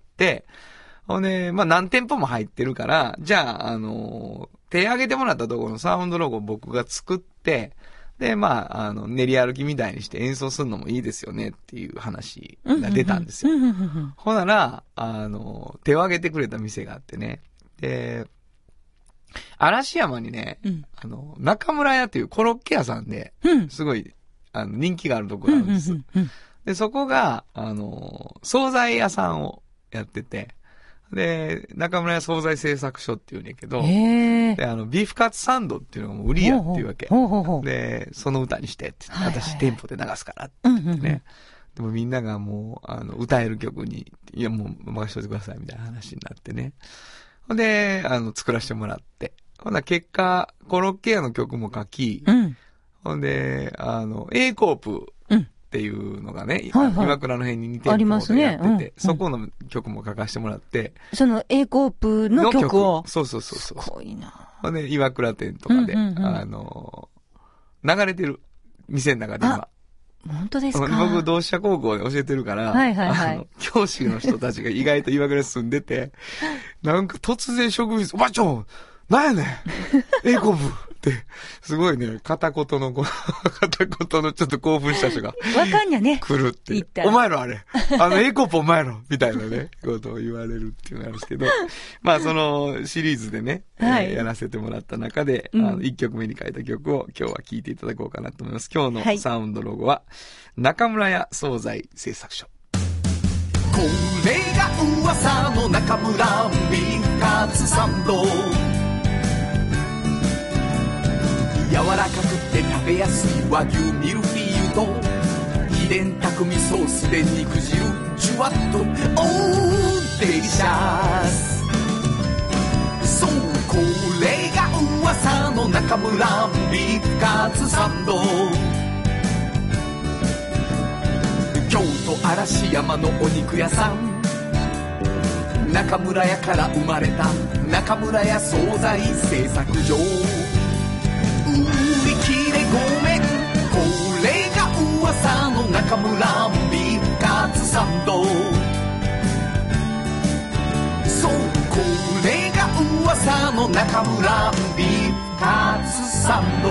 ほんで、まあ何店舗も入ってるから、じゃあ、あのー、手挙げてもらったところのサウンドロゴを僕が作って、で、まあ、あの、練り歩きみたいにして演奏するのもいいですよねっていう話が出たんですよ。ほんなら、あの、手を挙げてくれた店があってね。で、嵐山にね、うん、あの、中村屋っていうコロッケ屋さんで、すごい、あの、人気があるところなんです。で、そこが、あの、惣菜屋さんをやってて、で、中村屋惣菜製作所っていうんだけど、で、あの、ビーフカツサンドっていうのがもう売りやっていうわけ。ほうほうほうで、その歌にしてって、はいはいはい、私店舗で流すからって言ってね、うんうんうん。でもみんながもう、あの、歌える曲に、いやもう任せておいてくださいみたいな話になってね。ほんで、あの、作らせてもらって。ほんな結果、コロッケ屋の曲も書き、うん、ほんで、あの、A コープ、っていうのがね、はいはい、岩倉の辺にに店舗でやってて、ねうんうん、そこの曲も書かせてもらって、 その A コープの曲を。 そうそうそうそう。 すごいな。 で、岩倉店とかで、うんうんうん、あの、流れてる。店の中で今。 本当ですか？ 僕、同志社高校で教えてるから、はいはいはい、あの、教師の人たちが意外と岩倉に住んでて、なんか突然職員、おばちゃんなんやねん !A コープって、すごいね、片言の、片言のちょっと興奮した人が。 わかんやね。 来るって。お前らあれ。あの、A コープお前らみたいなね、ことを言われるっていうのがあるんですけど。まあ、そのシリーズでね、はい、えー、やらせてもらった中で、うん、あの、一曲目に書いた曲を今日は聴いていただこうかなと思います。今日のサウンドロゴは、はい、中村屋惣菜製作所。 これが噂の中村ビーフカツサンド。柔らかくて食べやすい和牛ミルフィーユと秘伝匠ソースで肉汁ジュワッとオーデリシャス。そうこれが噂の中村ビーフカツサンド。京都嵐山のお肉屋さん中村屋から生まれた中村屋惣菜製作所。売り切れごめんこれが噂の中村ビーフカツサンド。そうこれが噂の中村ビーフカツサン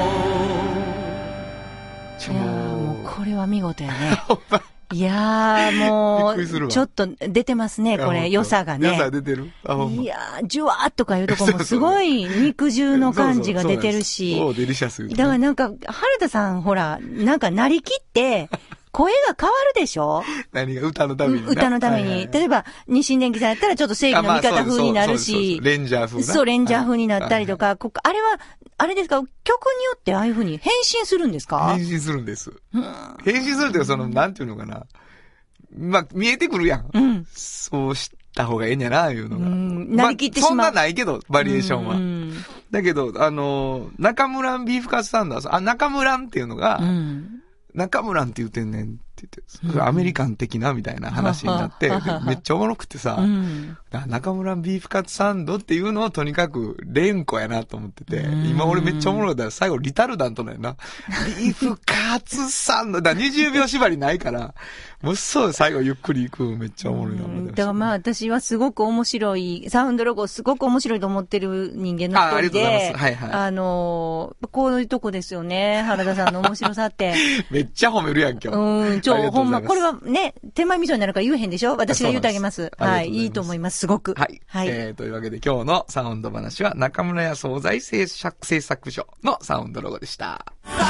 ド。いやもうこれは見事やね。いやーもうちょっと出てますねこれ良さがね。 良さ出てる。 いやージュワーとかいうとこもすごい肉汁の感じが出てるし。 そうデリシャス。 だからなんか原田さんほらなんかなりきって声が変わるでしょ。 何が歌のために。 歌のために、はいはいはい、例えば日清電機さんやったらちょっと正義の味方風になるし、 レンジャー風な。 そうレンジャー風になったりとか、はいはい、あれはあれですか曲によってああいう風に変身するんですか？ 変身するんです。変身するっていうかそのなんていうのかな。まあ、見えてくるやん。うん。そうした方がええんやな、いうのが。うん。 なりきってしまう。 まあ、そんなないけど、バリエーションは。うん。だけど、あの、中村ビーフカツサンドは、あ、中村っていうのが、うん。中村って言ってんねんってって言って、うん、アメリカン的なみたいな話になって、めっちゃおもろくてさ、うん、中村ビーフカツサンドっていうのはとにかく連呼やなと思ってて、うん、今俺めっちゃおもろいだから最後リタルダントだよな。ビーフカツサンドだ、にじゅうびょう縛りないから、もうそう最後ゆっくり行くめっちゃおもろいな、うん。 だからまあ私はすごく面白い、サウンドロゴすごく面白いと思ってる人間の一人で、あ、ありがとうございます。はいはい。あのー、こういうとこですよね、原田さんの面白さって。 めっちゃ褒めるやん、今日。 うん、ちょ、ほんま、これはね、手前味噌になるから言えへんでしょ？私が言うてあげます。はい、いいと思います、すごく。 はい。はい。えー、というわけで今日のサウンド話は中村屋惣菜製作製作所のサウンドロゴでした。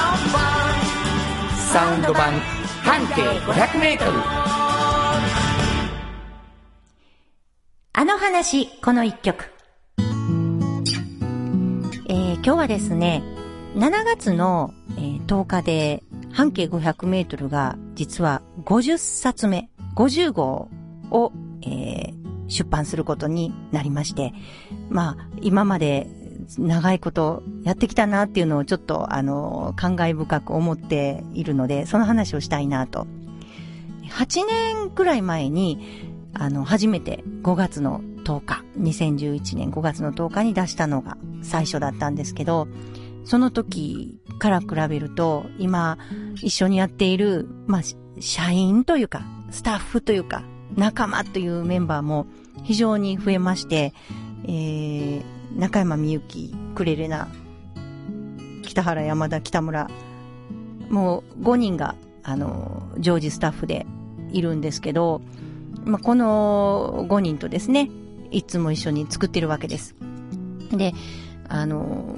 サウンド版半径ごひゃくメートル。 あの話、この一曲。えー、今日はですね、しちがつの、えー、とおかで半径ごひゃくメートルが実はごじゅっさつめ、ごじゅうごうを、えー、出版することになりまして、まあ今まで長いことやってきたなっていうのをちょっとあの感慨深く思っているので、その話をしたいなと。はちねんくらい前にあの初めてごがつのとおか、にせんじゅういちねんごがつのとおかに出したのが最初だったんですけど、その時から比べると今一緒にやっているまあ社員というかスタッフというか仲間というメンバーも非常に増えまして、えー、中山みゆき、クレレナ、北原、山田、北村、もうごにんがあの常時スタッフでいるんですけど、まあ、このごにんとですね、いつも一緒に作ってるわけです。で、あの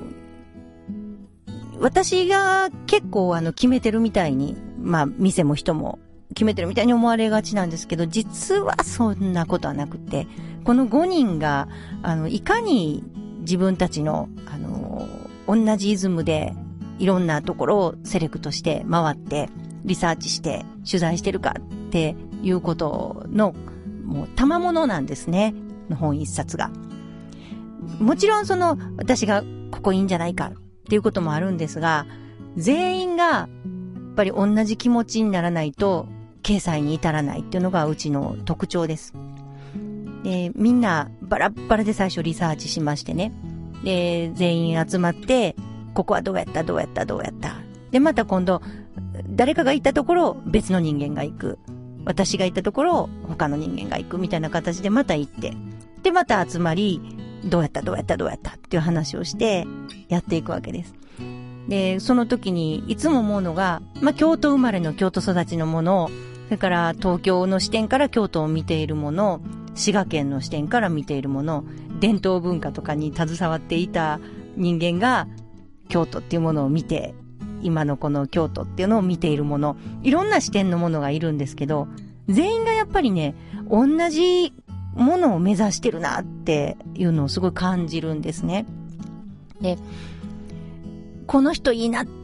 私が結構あの決めてるみたいに、まあ店も人も決めてるみたいに思われがちなんですけど、実はそんなことはなくて、このごにんがあのいかに自分たちのあの同じイズムでいろんなところをセレクトして回ってリサーチして取材してるかっていうことのもう賜物なんですね、の本一冊が。もちろんその私がここいいんじゃないかっていうこともあるんですが、全員がやっぱり同じ気持ちにならないと掲載に至らないっていうのがうちの特徴です。で、みんなバラッバラで最初リサーチしましてね。で、全員集まって、ここはどうやったどうやったどうやった。で、また今度、誰かが行ったところ別の人間が行く。私が行ったところ他の人間が行くみたいな形でまた行って。で、また集まり、どうやったどうやったどうやったっていう話をしてやっていくわけです。で、その時にいつも思うのが、まあ、京都生まれの京都育ちのもの、それから東京の視点から京都を見ているもの、滋賀県の視点から見ているもの、伝統文化とかに携わっていた人間が京都っていうものを見て、今のこの京都っていうのを見ているもの、いろんな視点のものがいるんですけど、全員がやっぱりね、同じものを目指してるなっていうのをすごい感じるんですね。で、この人いいなって、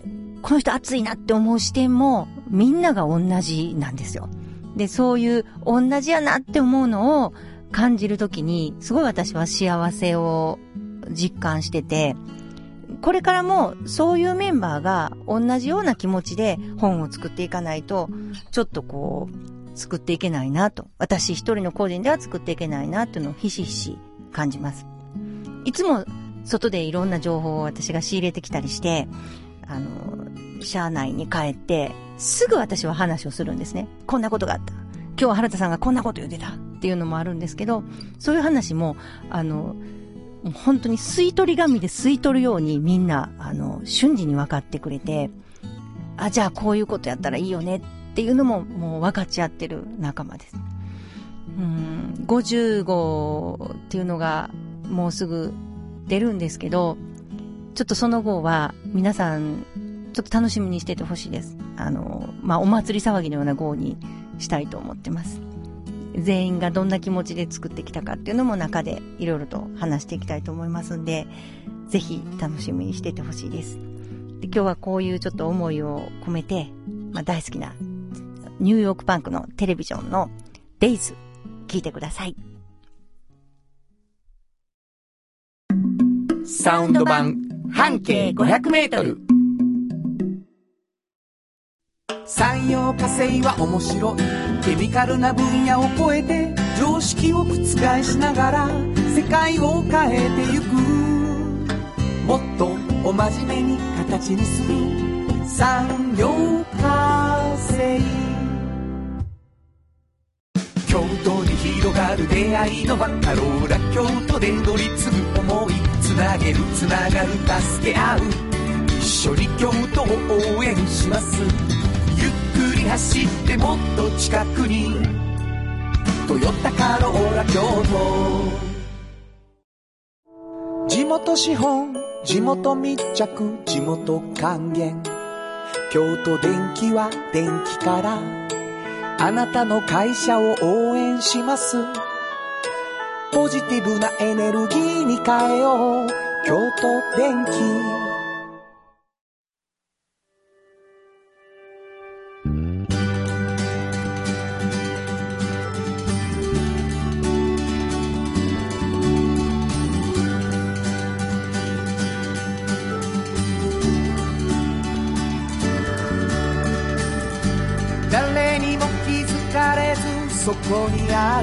この人熱いなって思う視点もみんなが同じなんですよ。で、そういう同じやなって思うのを感じるときに、すごい私は幸せを実感してて、これからもそういうメンバーが同じような気持ちで本を作っていかないと、ちょっとこう、作っていけないなと。私一人の個人では作っていけないなっていうのをひしひし感じます。いつも外でいろんな情報を私が仕入れてきたりして、あの、社内に帰って、すぐ私は話をするんですね。こんなことがあった。今日は原田さんがこんなこと言ってたっていうのもあるんですけど、そういう話も、あの、本当に吸い取り紙で吸い取るようにみんな、あの、瞬時に分かってくれて、あ、じゃあこういうことやったらいいよねっていうのももう分かち合ってる仲間です。うん、ごじゅうごうっていうのがもうすぐ出るんですけど、ちょっとその号は皆さんちょっと楽しみにしててほしいです。あの、まあ、お祭り騒ぎのような号にしたいと思ってます。全員がどんな気持ちで作ってきたかっていうのも中でいろいろと話していきたいと思いますんで、ぜひ楽しみにしててほしいです。で、今日はこういうちょっと思いを込めて、まあ、大好きなニューヨークパンクのテレビジョンのデイズ聞いてください。 サウンド版半径ごひゃくメートル。 産業化成は面白い。ケミカルな分野を超えて常識を覆しながら世界を変えてゆく。もっとお真面目に形にする産業化成。京都に広がる出会いのバカローラ京都で乗り継ぐ思い、つなげるつながる助け合う、一緒に京都を応援します。ゆっくり走ってもっと近くにトヨタカローラ京都。地元資本、地元密着、地元還元、京都電気は電気からあなたの会社を応援します。ポジティブなエネルギーに変えよう、京都電気。誰にも気づかれずそこにある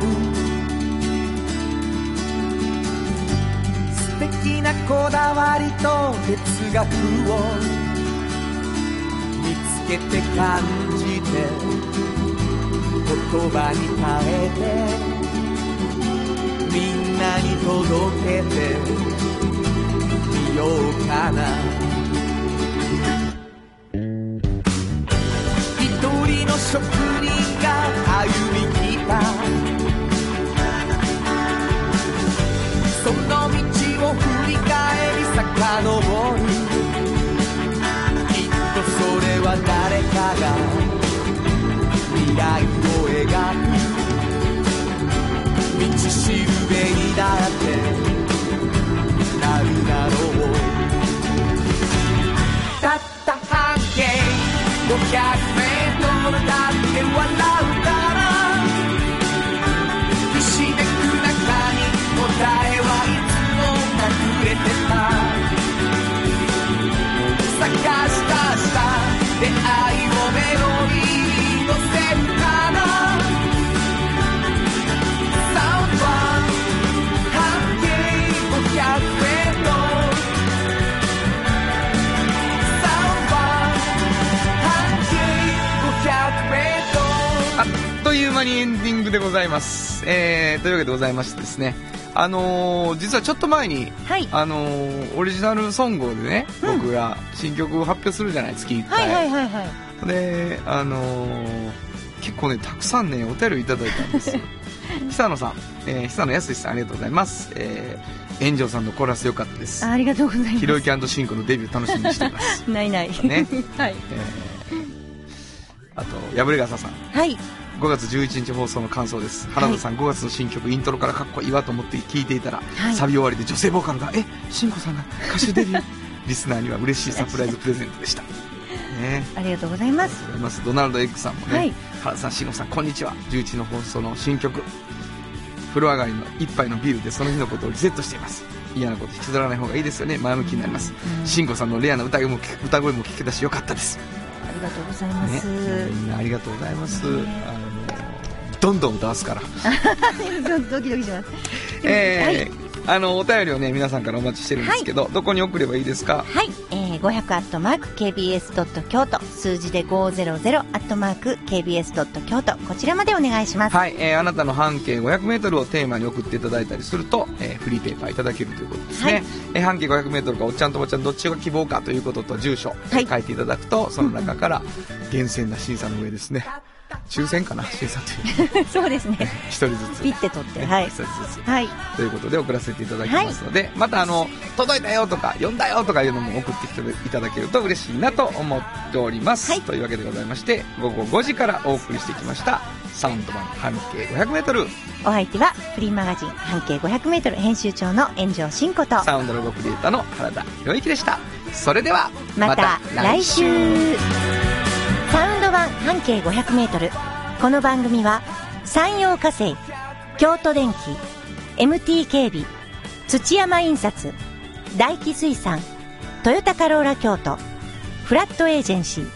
素敵なこだわりと哲学を見つけて感じて言葉に変えてみんなに届けてみようかな。職人が歩み来たその道を振り返り遡る。きっとそれは誰かが未来を描く道しるべにだってなるだろう。たった半径ごひゃくメートルだって笑うからひしめく中に答えはいつも隠れてた。探し出した出会いをメロディーに乗せるかな。サウンドは半径ごひゃくメートル、 あっという間にエンディングでございます、えー、というわけでございましてですね、あのー、実はちょっと前に、はい、あのー、オリジナルソングでね、うん、僕が新曲を発表するじゃない、月いっかい、はいはいはいはい、で、あのー、結構ねたくさんねお便りいただいたんです久野さん、えー、久野康さんありがとうございます、えー、炎上さんのコーラス良かったです。 あ, ありがとうございます。 ひろゆき&シンコのデビュー楽しみにしていますないない、 ねはい、 えーあと破れ傘さん、はい、ごがつじゅういちにち放送の感想です。原田さん、はい、ごがつの新曲イントロからかっこいいわと思って聴いていたら、はい、サビ終わりで女性ボーカルがえ慎吾さんが歌手デビューリスナーには嬉しいサプライズプレゼントでした、ね、 ありがとうございます。 ありがとうございます。ドナルド X さんもね、はい、原田さん慎吾さんこんにちは。じゅういちの放送の新曲風呂上がりの一杯のビールでその日のことをリセットしています。嫌なこと引きずらない方がいいですよね。前向きになります。慎吾さんのレアな歌声も歌声も聞けたしよかったです。 ありがとうございます、 ね、みんなありがとうございます、ね、あのどんどん歌わすからドキドキします、 えーはい、あのお便りをね皆さんからお待ちしてるんですけど、はい、どこに送ればいいですか。 はい、えー、ごひゃくアットマーク ケービーエス ドット 京都数字でごひゃくアットマーク ケービーエス ドット 京都こちらまでお願いします。 はい、えー、あなたの半径ごひゃくメートルをテーマに送っていただいたりすると、えー、フリーペーパーいただけるということですね、はい、えー、半径ごひゃくメートルかおっちゃんとおばちゃんどっちが希望かということと住所、はい、書いていただくとその中から厳選な審査の上ですね抽選かな審査というそうですね一人ずつピッて取って、はい、 一人ずつ、はい、ということで送らせていただきますので、はい、またあの届いたよとか読んだよとかいうのも送ってきていただけると嬉しいなと思っております、はい、というわけでございましてごごごじからお送りしてきましたサウンド版半径ごひゃくメートル。 お相手はフリーマガジン半径ごひゃくメートル編集長の炎上真子とサウンドロゴクリエイターの原田博之でした。それではまた来週。サウンド版半径ごひゃくメートル、この番組は山陽火星、京都電機、 エムティー 警備、土山印刷、大気水産、トヨタカローラ京都、フラットエージェンシー、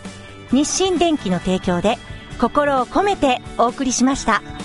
日清電機の提供で心を込めてお送りしました。